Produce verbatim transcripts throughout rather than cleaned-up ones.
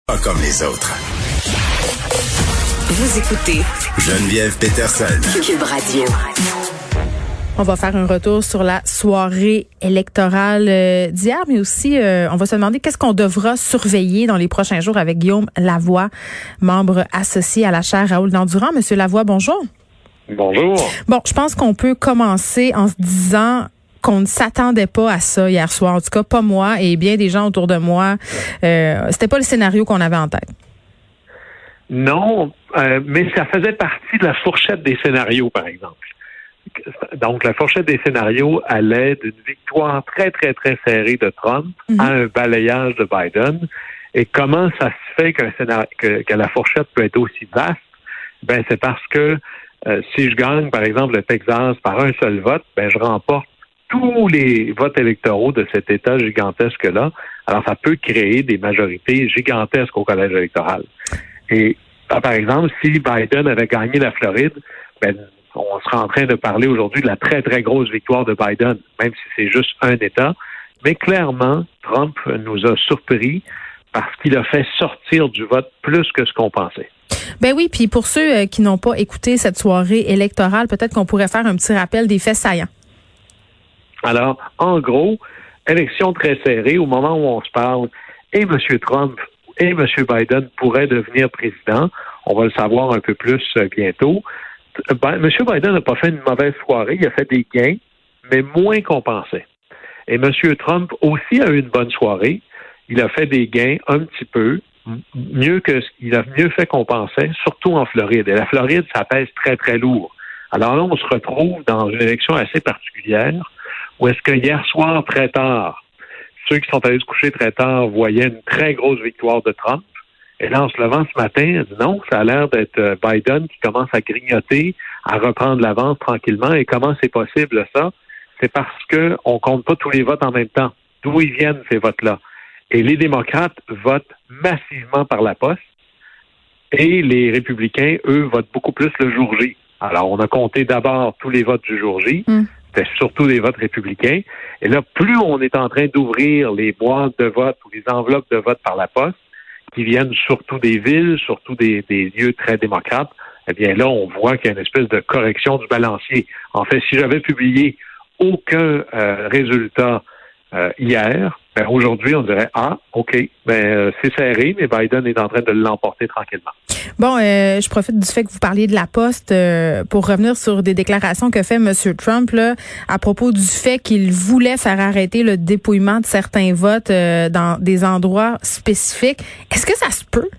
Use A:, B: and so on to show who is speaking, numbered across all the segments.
A: Pas comme les autres.
B: Vous écoutez
A: Geneviève Peterson.
B: Cube Radio.
C: On va faire un retour sur la soirée électorale euh, d'hier, mais aussi euh, on va se demander qu'est-ce qu'on devra surveiller dans les prochains jours avec Guillaume Lavoie, membre associé à la chaire Raoul Dandurand. Monsieur Lavoie, bonjour.
D: Bonjour.
C: Bon, je pense qu'on peut commencer en se disant qu'on ne s'attendait pas à ça hier soir. En tout cas, pas moi et bien des gens autour de moi. Euh, c'était pas le scénario qu'on avait en tête.
D: Non, euh, mais ça faisait partie de la fourchette des scénarios, par exemple. Donc, la fourchette des scénarios allait d'une victoire très, très, très serrée de Trump mm-hmm. à un balayage de Biden. Et comment ça se fait qu'un scénario, que, que la fourchette peut être aussi vaste? Ben, c'est parce que euh, si je gagne, par exemple, le Texas par un seul vote, ben, je remporte tous les votes électoraux de cet État gigantesque-là. Alors, ça peut créer des majorités gigantesques au collège électoral. Et, par exemple, si Biden avait gagné la Floride, ben, on sera en train de parler aujourd'hui de la très, très grosse victoire de Biden, même si c'est juste un État. Mais clairement, Trump nous a surpris parce qu'il a fait sortir du vote plus que ce qu'on pensait.
C: Ben oui, puis pour ceux qui n'ont pas écouté cette soirée électorale, peut-être qu'on pourrait faire un petit rappel des faits saillants.
D: Alors, en gros, élection très serrée, au moment où on se parle, et M. Trump et M. Biden pourraient devenir président. On va le savoir un peu plus bientôt. Ben, M. Biden n'a pas fait une mauvaise soirée, il a fait des gains, mais moins qu'on pensait. Et M. Trump aussi a eu une bonne soirée. Il a fait des gains un petit peu, mieux que il a mieux fait qu'on pensait, surtout en Floride. Et la Floride, ça pèse très, très lourd. Alors là, on se retrouve dans une élection assez particulière, où est-ce que hier soir, très tard, ceux qui sont allés se coucher très tard voyaient une très grosse victoire de Trump. Et là, en se levant ce matin, non, ça a l'air d'être Biden qui commence à grignoter, à reprendre l'avance tranquillement. Et comment c'est possible, ça? C'est parce que on compte pas tous les votes en même temps. D'où ils viennent, ces votes-là? Et les démocrates votent massivement par la poste. Et les républicains, eux, votent beaucoup plus le jour J. Alors, on a compté d'abord tous les votes du jour J. Mm. C'était surtout des votes républicains. Et là, plus on est en train d'ouvrir les boîtes de vote ou les enveloppes de vote par la poste, qui viennent surtout des villes, surtout des, des lieux très démocrates, eh bien là, on voit qu'il y a une espèce de correction du balancier. En fait, si j'avais publié aucun euh, résultat euh, hier, ben aujourd'hui, on dirait, ah, OK, ben euh, c'est serré, mais Biden est en train de l'emporter tranquillement.
C: Bon, euh, je profite du fait que vous parliez de la Poste euh, pour revenir sur des déclarations que fait M. Trump là, à propos du fait qu'il voulait faire arrêter le dépouillement de certains votes euh, dans des endroits spécifiques. Est-ce que ça se peut?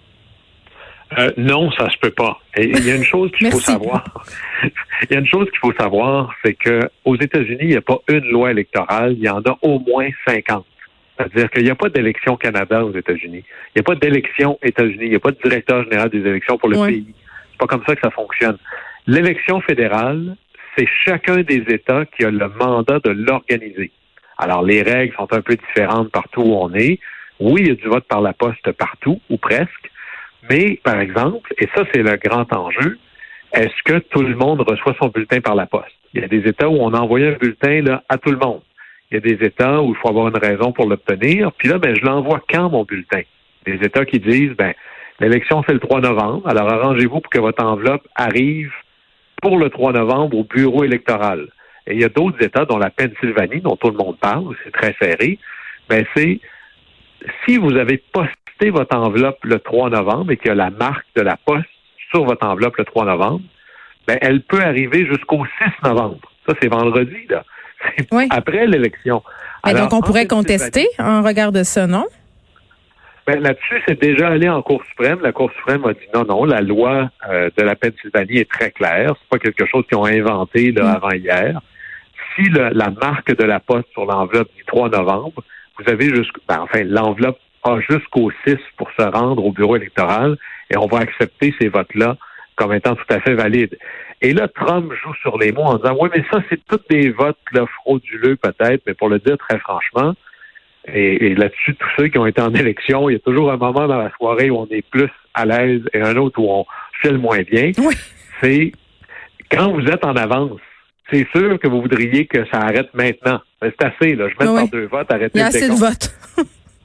D: Euh, non, ça se peut pas. Et il y a une chose qu'il faut savoir. Il y a une chose qu'il faut savoir, c'est que aux États-Unis, il n'y a pas une loi électorale, il y en a au moins cinquante. C'est-à-dire qu'il n'y a pas d'élection Canada aux États-Unis. Il n'y a pas d'élection États-Unis. Il n'y a pas de directeur général des élections pour le oui. pays. C'est pas comme ça que ça fonctionne. L'élection fédérale, c'est chacun des États qui a le mandat de l'organiser. Alors, les règles sont un peu différentes partout où on est. Oui, il y a du vote par la poste partout, ou presque. Mais, par exemple, et ça, c'est le grand enjeu, est-ce que tout le monde reçoit son bulletin par la poste? Il y a des États où on a envoyé un bulletin là, à tout le monde. Il y a des États où il faut avoir une raison pour l'obtenir. Puis là, ben, je l'envoie quand, mon bulletin? Des États qui disent, ben, l'élection, c'est le trois novembre. Alors, arrangez-vous pour que votre enveloppe arrive pour le trois novembre au bureau électoral. Et il y a d'autres États, dont la Pennsylvanie, dont tout le monde parle, où c'est très serré. Ben, c'est, si vous avez posté votre enveloppe le trois novembre et qu'il y a la marque de la poste sur votre enveloppe le trois novembre, ben, elle peut arriver jusqu'au six novembre. Ça, c'est vendredi, là.
C: Oui.
D: Après l'élection.
C: Et donc, on pourrait contester en regard de ça, non?
D: Ben, là-dessus, c'est déjà allé en Cour suprême. La Cour suprême a dit non, non, la loi euh, de la Pennsylvanie est très claire. C'est pas quelque chose qu'ils ont inventé là, mm. avant hier. Si le, la marque de la poste sur l'enveloppe du trois novembre, vous avez jusqu'au... Ben, enfin, l'enveloppe a jusqu'au six pour se rendre au bureau électoral et on va accepter ces votes-là comme étant tout à fait valides. Et là, Trump joue sur les mots en disant, oui, mais ça, c'est tous des votes là, frauduleux peut-être, mais pour le dire très franchement, et, et là-dessus, tous ceux qui ont été en élection, il y a toujours un moment dans la soirée où on est plus à l'aise et un autre où on file moins bien.
C: Oui.
D: C'est quand vous êtes en avance, c'est sûr que vous voudriez que ça arrête maintenant. Mais c'est assez, là. Je mets
C: oui.
D: par deux votes, arrêtez
C: le
D: le
C: décompte. Il y a assez de votes.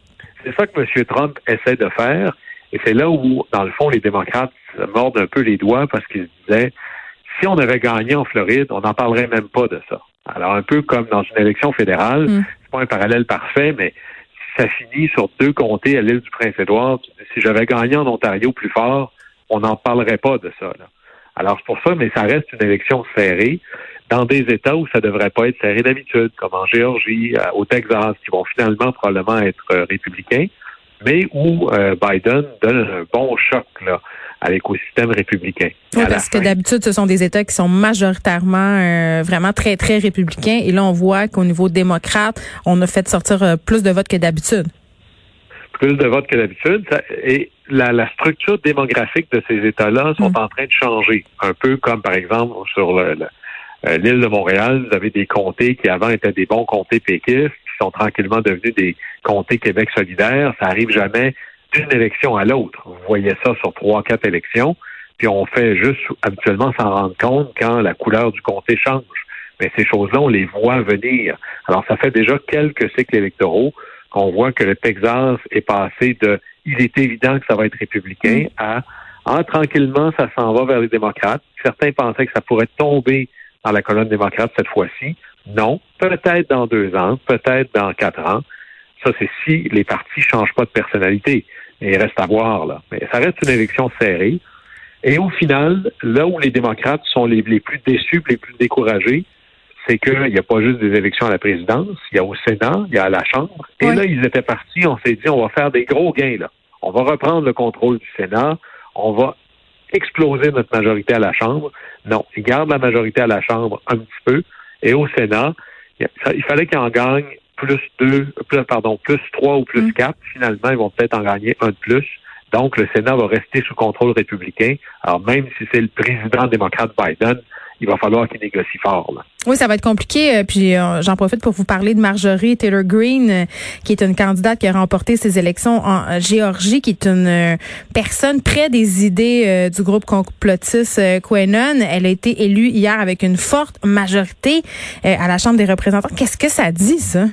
D: c'est ça que M. Trump essaie de faire. Et c'est là où, dans le fond, les démocrates se mordent un peu les doigts parce qu'ils se disaient, si on avait gagné en Floride, on n'en parlerait même pas de ça. Alors, un peu comme dans une élection fédérale, mm. c'est pas un parallèle parfait, mais si ça finit sur deux comtés à l'île du Prince-Édouard, si j'avais gagné en Ontario plus fort, on n'en parlerait pas de ça, là. Alors, c'est pour ça, mais ça reste une élection serrée dans des États où ça devrait pas être serré d'habitude, comme en Géorgie, au Texas, qui vont finalement probablement être euh, républicains, mais où euh, Biden donne un bon choc là, à l'écosystème républicain.
C: Oui, parce que d'habitude, ce sont des États qui sont majoritairement euh, vraiment très, très républicains. Et là, on voit qu'au niveau démocrate, on a fait sortir euh, plus de votes que d'habitude.
D: Plus de votes que d'habitude. Ça, et la, la structure démographique de ces États-là sont mmh. en train de changer. Un peu comme, par exemple, sur le, le, euh, l'île de Montréal, vous avez des comtés qui avant étaient des bons comtés péquistes, qui sont tranquillement devenus des comtés Québec solidaire. Ça arrive jamais d'une élection à l'autre. Vous voyez ça sur trois, quatre élections, puis on fait juste habituellement s'en rendre compte quand la couleur du comté change. Mais ces choses-là, on les voit venir. Alors, ça fait déjà quelques cycles électoraux qu'on voit que le Texas est passé de « il est évident que ça va être républicain » à « ah, tranquillement, ça s'en va vers les démocrates ». Certains pensaient que ça pourrait tomber dans la colonne démocrate cette fois-ci. Non, peut-être dans deux ans, peut-être dans quatre ans. Ça, c'est si les partis changent pas de personnalité. Mais il reste à voir, là. Mais ça reste une élection serrée. Et au final, là où les démocrates sont les, les plus déçus, les plus découragés, c'est qu'il n'y a pas juste des élections à la présidence, il y a au Sénat, il y a à la Chambre. Et oui. Là, ils étaient partis, on s'est dit, on va faire des gros gains, là. On va reprendre le contrôle du Sénat, on va exploser notre majorité à la Chambre. Non, ils gardent la majorité à la Chambre un petit peu. Et au Sénat, il fallait qu'ils en gagnent plus deux, plus, pardon, plus trois ou plus mmh. quatre. Finalement, ils vont peut-être en gagner un de plus. Donc, le Sénat va rester sous contrôle républicain. Alors, même si c'est le président démocrate Biden, il va falloir qu'il négocie fort, là.
C: Oui, ça va être compliqué. Puis euh, j'en profite pour vous parler de Marjorie Taylor Greene, euh, qui est une candidate qui a remporté ses élections en euh, Géorgie, qui est une euh, personne près des idées euh, du groupe complotiste euh, QAnon. Elle a été élue hier avec une forte majorité euh, à la Chambre des représentants. Qu'est-ce que ça dit, ça?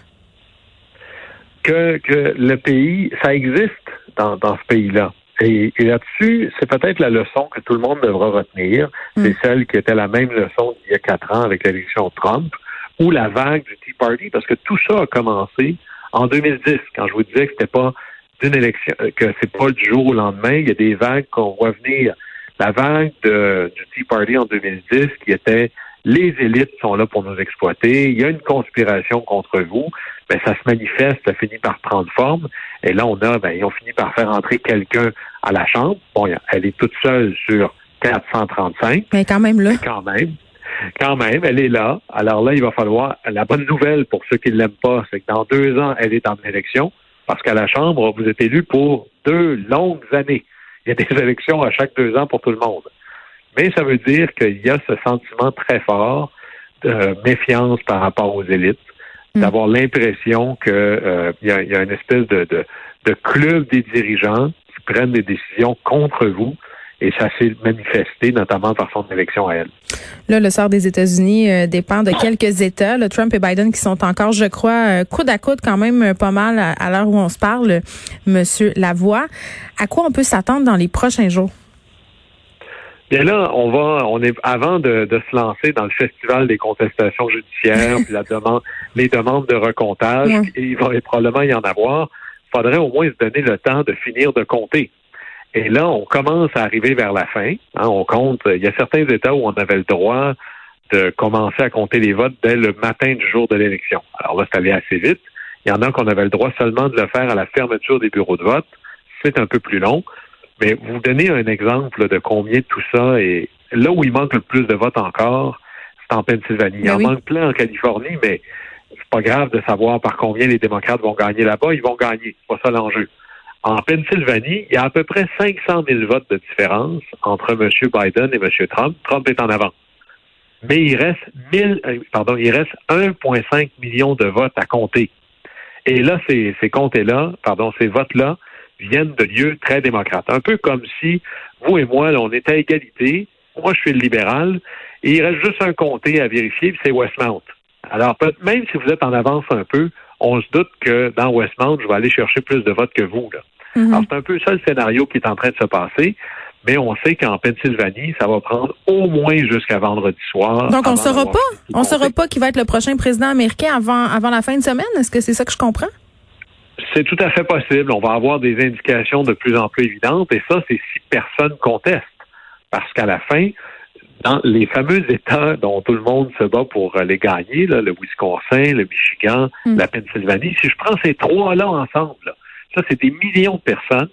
D: Que, que le pays, ça existe dans, dans ce pays-là. Et, et là-dessus, c'est peut-être la leçon que tout le monde devra retenir. Mm. C'est celle qui était la même leçon d'il y a quatre ans avec l'élection de Trump, ou la vague du Tea Party, parce que tout ça a commencé en deux mille dix, quand je vous disais que c'était pas d'une élection, que c'est pas du jour au lendemain. Il y a des vagues qu'on voit venir. La vague de, du Tea Party en deux mille dix, qui était les élites sont là pour nous exploiter, il y a une conspiration contre vous, ben ça se manifeste, ça finit par prendre forme, et là on a, ben ils ont fini par faire entrer quelqu'un à la Chambre. Bon, elle est toute seule sur quatre cent trente-cinq.
C: Mais quand même là.
D: Mais quand même. Quand même, elle est là. Alors là, il va falloir, la bonne nouvelle pour ceux qui ne l'aiment pas, c'est que dans deux ans, elle est en élection, parce qu'à la Chambre, vous êtes élu pour deux longues années. Il y a des élections à chaque deux ans pour tout le monde. Mais ça veut dire qu'il y a ce sentiment très fort de méfiance par rapport aux élites, mmh. d'avoir l'impression qu'il euh, y, y a une espèce de, de, de club des dirigeants qui prennent des décisions contre vous, et ça s'est manifesté notamment par son élection à elle.
C: Là, le sort des États-Unis euh, dépend de quelques États, là, Trump et Biden qui sont encore, je crois, euh, coude à coude quand même euh, pas mal à, à l'heure où on se parle, Monsieur Lavoie. À quoi on peut s'attendre dans les prochains jours?
D: Bien là, on va, on est avant de, de se lancer dans le festival des contestations judiciaires, puis la demande, les demandes de recomptage, ouais. et il va et probablement y en avoir. Il faudrait au moins se donner le temps de finir de compter. Et là, on commence à arriver vers la fin. Hein, on compte. Il y a certains États où on avait le droit de commencer à compter les votes dès le matin du jour de l'élection. Alors là, c'est allé assez vite. Il y en a qu'on avait le droit seulement de le faire à la fermeture des bureaux de vote. C'est un peu plus long. Mais vous donnez un exemple de combien de tout ça est. Là où il manque le plus de votes encore, c'est en Pennsylvanie. Il en oui. manque plein en Californie, mais c'est pas grave de savoir par combien les démocrates vont gagner là-bas. Ils vont gagner. C'est pas ça l'enjeu. En Pennsylvanie, il y a à peu près cinq cent mille votes de différence entre M. Biden et M. Trump. Trump est en avant. Mais il reste mille, pardon, il reste un virgule cinq million de votes à compter. Et là, ces, ces comtés-là, pardon, ces votes-là, viennent de lieux très démocrates. Un peu comme si vous et moi, là, on était à égalité. Moi, je suis le libéral. Et il reste juste un comté à vérifier, puis c'est Westmount. Alors, même si vous êtes en avance un peu, on se doute que dans Westmount, je vais aller chercher plus de votes que vous. Là. Mm-hmm. Alors, c'est un peu ça le scénario qui est en train de se passer. Mais on sait qu'en Pennsylvanie, ça va prendre au moins jusqu'à vendredi soir.
C: Donc, on ne saura pas, on saura pas qui va être le prochain président américain avant, avant la fin de semaine? Est-ce que c'est ça que je comprends?
D: C'est tout à fait possible. On va avoir des indications de plus en plus évidentes et ça, c'est si personne conteste. Parce qu'à la fin, dans les fameux États dont tout le monde se bat pour les gagner, là, le Wisconsin, le Michigan, mm. la Pennsylvanie, si je prends ces trois-là ensemble, là, ça, c'est des millions de personnes.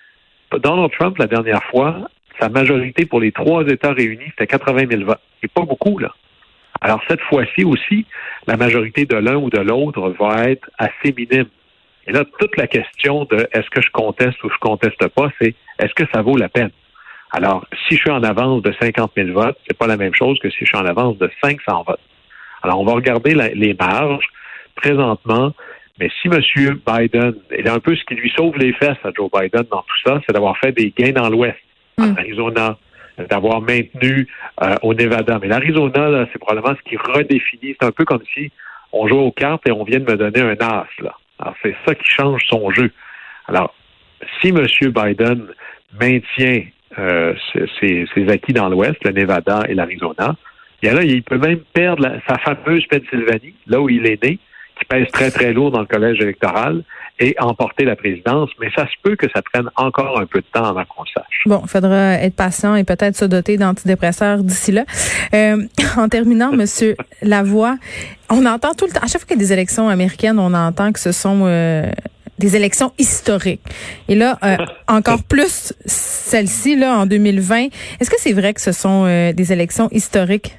D: Donald Trump, la dernière fois, sa majorité pour les trois États réunis, c'était quatre-vingt mille votes. C'est pas beaucoup, là. Alors, cette fois-ci aussi, la majorité de l'un ou de l'autre va être assez minime. Et là, toute la question de est-ce que je conteste ou je conteste pas, c'est est-ce que ça vaut la peine? Alors, si je suis en avance de cinquante mille votes, c'est pas la même chose que si je suis en avance de cinq cents votes. Alors, on va regarder la, les marges présentement. Mais si M. Biden, et un peu ce qui lui sauve les fesses à Joe Biden dans tout ça, c'est d'avoir fait des gains dans l'Ouest, mm. en Arizona, d'avoir maintenu euh, au Nevada. Mais l'Arizona, là, c'est probablement ce qui redéfinit. C'est un peu comme si on joue aux cartes et on vient de me donner un as, là. Alors, c'est ça qui change son jeu. Alors, si M. Biden maintient euh, ses, ses acquis dans l'Ouest, le Nevada et l'Arizona, bien là, il peut même perdre la, sa fameuse Pennsylvanie, là où il est né, qui pèse très, très lourd dans le collège électoral, et emporter la présidence. Mais ça se peut que ça prenne encore un peu de temps avant qu'on le sache.
C: Bon, il faudra être patient et peut-être se doter d'antidépresseurs d'ici là. Euh, en terminant, Monsieur Lavoie, on entend tout le temps, à chaque fois qu'il y a des élections américaines, on entend que ce sont euh, des élections historiques. Et là, euh, encore plus celle-ci, là, en deux mille vingt. Est-ce que c'est vrai que ce sont euh, des élections historiques?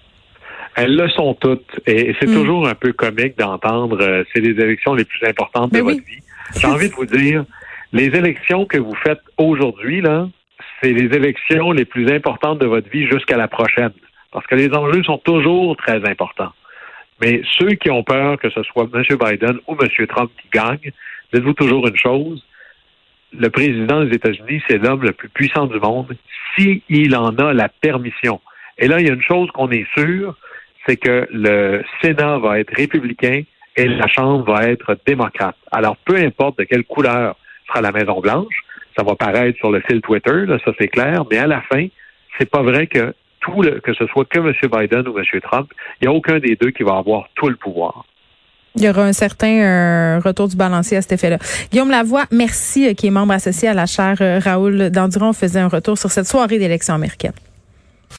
D: Elles le sont toutes. Et c'est mmh. toujours un peu comique d'entendre euh, c'est les élections les plus importantes de Mais votre oui. vie. J'ai envie de vous dire, les élections que vous faites aujourd'hui, là, c'est les élections les plus importantes de votre vie jusqu'à la prochaine. Parce que les enjeux sont toujours très importants. Mais ceux qui ont peur que ce soit M. Biden ou M. Trump qui gagne, dites-vous toujours une chose, le président des États-Unis, c'est l'homme le plus puissant du monde, s'il en a la permission. Et là, il y a une chose qu'on est sûr, c'est que le Sénat va être républicain et la Chambre va être démocrate. Alors, peu importe de quelle couleur sera la Maison-Blanche, ça va paraître sur le fil Twitter, là, ça c'est clair, mais à la fin, c'est pas vrai que tout le, que ce soit que M. Biden ou M. Trump, il n'y a aucun des deux qui va avoir tout le pouvoir.
C: Il y aura un certain euh, retour du balancier à cet effet-là. Guillaume Lavoie, merci, euh, qui est membre associé à la chaire euh, Raoul Dandurand. On faisait un retour sur cette soirée d'élection américaine.